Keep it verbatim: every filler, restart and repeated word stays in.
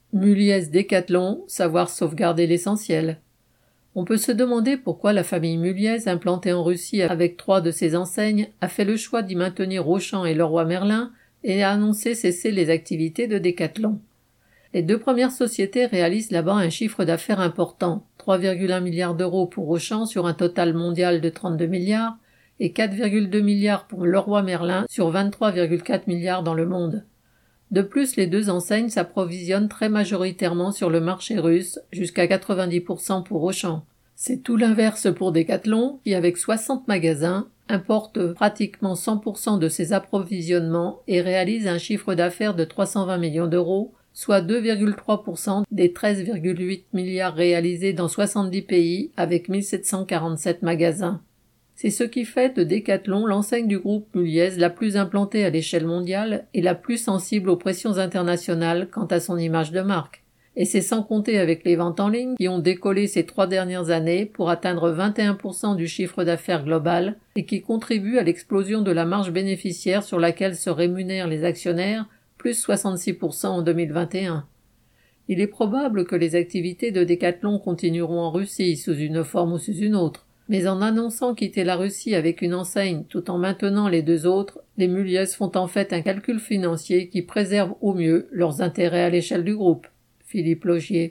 Mulliez Decathlon, savoir sauvegarder l'essentiel. On peut se demander pourquoi la famille Mulliez, implantée en Russie avec trois de ses enseignes, a fait le choix d'y maintenir Auchan et Leroy Merlin et a annoncé cesser les activités de Decathlon. Les deux premières sociétés réalisent là-bas un chiffre d'affaires important, trois virgule un milliards d'euros pour Auchan sur un total mondial de trente-deux milliards et quatre virgule deux milliards pour Leroy Merlin sur vingt-trois virgule quatre milliards dans le monde. De plus, les deux enseignes s'approvisionnent très majoritairement sur le marché russe, jusqu'à quatre-vingt-dix pour cent pour Auchan. C'est tout l'inverse pour Decathlon, qui avec soixante magasins, importe pratiquement cent pour cent de ses approvisionnements et réalise un chiffre d'affaires de trois cent vingt millions d'euros, soit deux virgule trois pour cent des treize virgule huit milliards réalisés dans soixante-dix pays avec mille sept cent quarante-sept magasins. C'est ce qui fait de Decathlon l'enseigne du groupe Mulliez la plus implantée à l'échelle mondiale et la plus sensible aux pressions internationales quant à son image de marque. Et c'est sans compter avec les ventes en ligne qui ont décollé ces trois dernières années pour atteindre vingt et un pour cent du chiffre d'affaires global et qui contribuent à l'explosion de la marge bénéficiaire sur laquelle se rémunèrent les actionnaires, plus soixante-six pour cent en deux mille vingt et un. Il est probable que les activités de Decathlon continueront en Russie sous une forme ou sous une autre. Mais en annonçant quitter la Russie avec une enseigne tout en maintenant les deux autres, les Mulliez font en fait un calcul financier qui préserve au mieux leurs intérêts à l'échelle du groupe. Philippe Laugier.